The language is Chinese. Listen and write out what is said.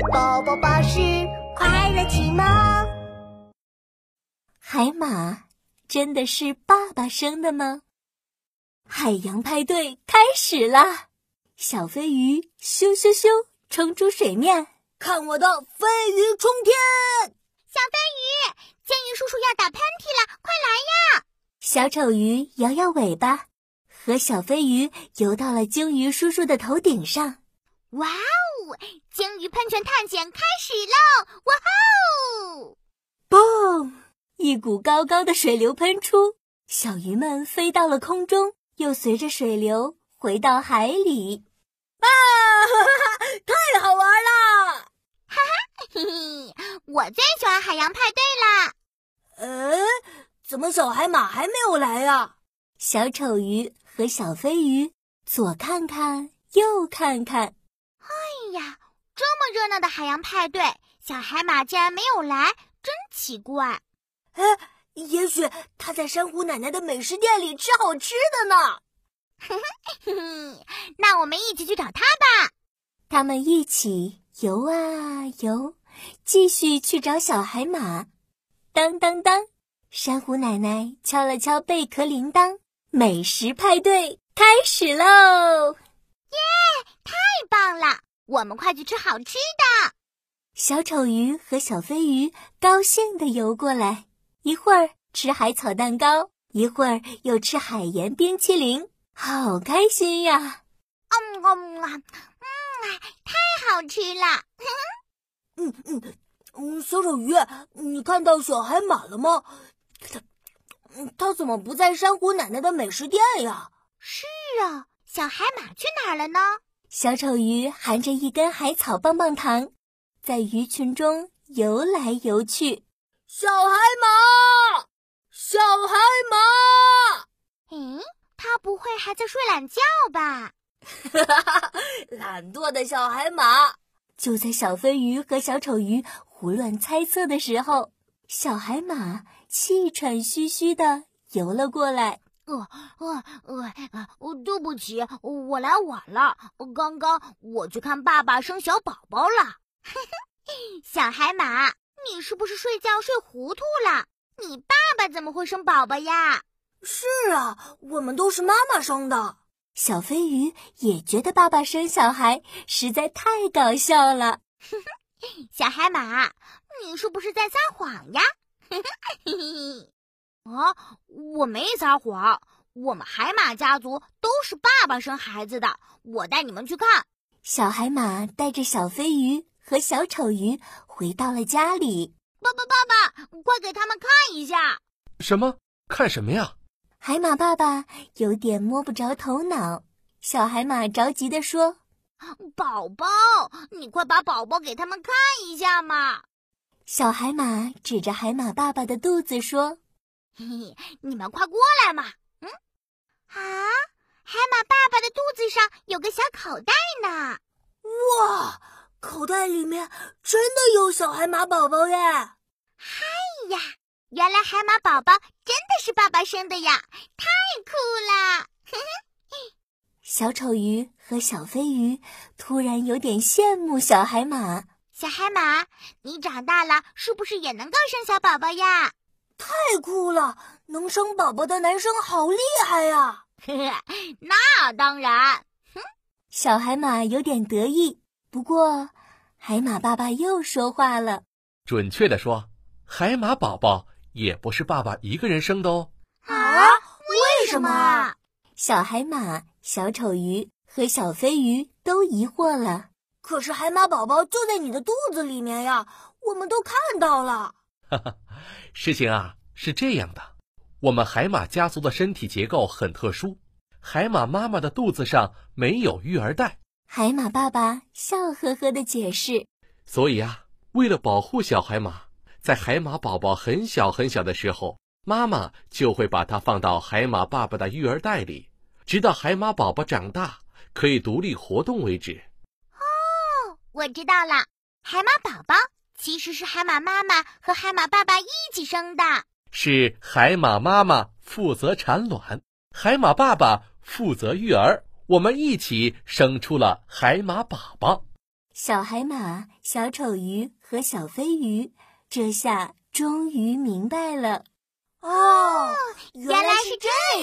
宝宝巴士快乐启蒙。 海马真的是爸爸生的吗？海洋派对开始啦！小飞鱼咻咻咻冲出水面， 看我的飞鱼冲天！ 小飞鱼，鲸鱼叔叔要打喷嚏了，快来呀！ 小丑鱼摇摇尾巴，和小飞鱼游到了鲸鱼叔叔的头顶上。 哇哦！鲸鱼喷泉探险开始喽！哇吼！ 嘣！一股高高的水流喷出，小鱼们飞到了空中，又随着水流回到海里。 啊，哈哈，太好玩了！ 哈哈，嘿嘿，我最喜欢海洋派对啦。 怎么小海马还没有来呀？ 小丑鱼和小飞鱼左看看右看看。 哎呀，这么热闹的海洋派对，小海马竟然没有来，真奇怪。 也许他在珊瑚奶奶的美食店里吃好吃的呢。 那我们一起去找他吧。 他们一起游啊游，继续去找小海马。当当当，珊瑚奶奶敲了敲贝壳铃铛，美食派对开始喽！ 耶，太棒了！我们快去吃好吃的。 小丑鱼和小飞鱼高兴地游过来，一会儿吃海草蛋糕，一会儿又吃海盐冰淇淋，好开心呀！ 太好吃了！ 小丑鱼，你看到小海马了吗？他怎么不在珊瑚奶奶的美食店呀？ 是啊，小海马去哪儿了呢？ 小丑鱼含着一根海草棒棒糖，在鱼群中游来游去。 小海马，小海马！ 他不会还在睡懒觉吧？ 懒惰的小海马。 就在小飞鱼和小丑鱼胡乱猜测的时候，小海马气喘吁吁地游了过来。 对不起，我来晚了。刚刚我去看爸爸生小宝宝了。小海马，你是不是睡觉睡糊涂了？你爸爸怎么会生宝宝呀？ 是啊，我们都是妈妈生的。 小飞鱼也觉得爸爸生小孩实在太搞笑了。 小海马，你是不是在撒谎呀？我没撒谎，我们海马家族都是爸爸生孩子的，我带你们去看。 小海马带着小飞鱼和小丑鱼回到了家里。 爸爸，快给他们看一下。 什么？看什么呀？ 海马爸爸有点摸不着头脑。小海马着急地说： 宝宝，你快把宝宝给他们看一下嘛。 小海马指着海马爸爸的肚子说： 你们快过来嘛。海马爸爸的肚子上有个小口袋呢。 哇，口袋里面真的有小海马宝宝耶！ 嗨呀，原来海马宝宝真的是爸爸生的呀，太酷了！ 小丑鱼和小飞鱼突然有点羡慕小海马。 小海马，你长大了是不是也能够生小宝宝呀？ 太酷了，能生宝宝的男生好厉害呀！ 那当然。 小海马有点得意，不过海马爸爸又说话了。 准确地说，海马宝宝也不是爸爸一个人生的哦。 为什么啊？ 小海马、小丑鱼和小飞鱼都疑惑了。 可是海马宝宝就在你的肚子里面呀，我们都看到了。 事情啊是这样的，我们海马家族的身体结构很特殊，海马妈妈的肚子上没有育儿袋。 海马爸爸笑呵呵地解释。 所以啊，为了保护小海马，在海马宝宝很小很小的时候，妈妈就会把它放到海马爸爸的育儿袋里，直到海马宝宝长大可以独立活动为止。 我知道了，海马宝宝其实是海马妈妈和海马爸爸一起生的。 是海马妈妈负责产卵，海马爸爸负责育儿，我们一起生出了海马宝宝。 小海马、小丑鱼和小飞鱼这下终于明白了。 哦， 原来是这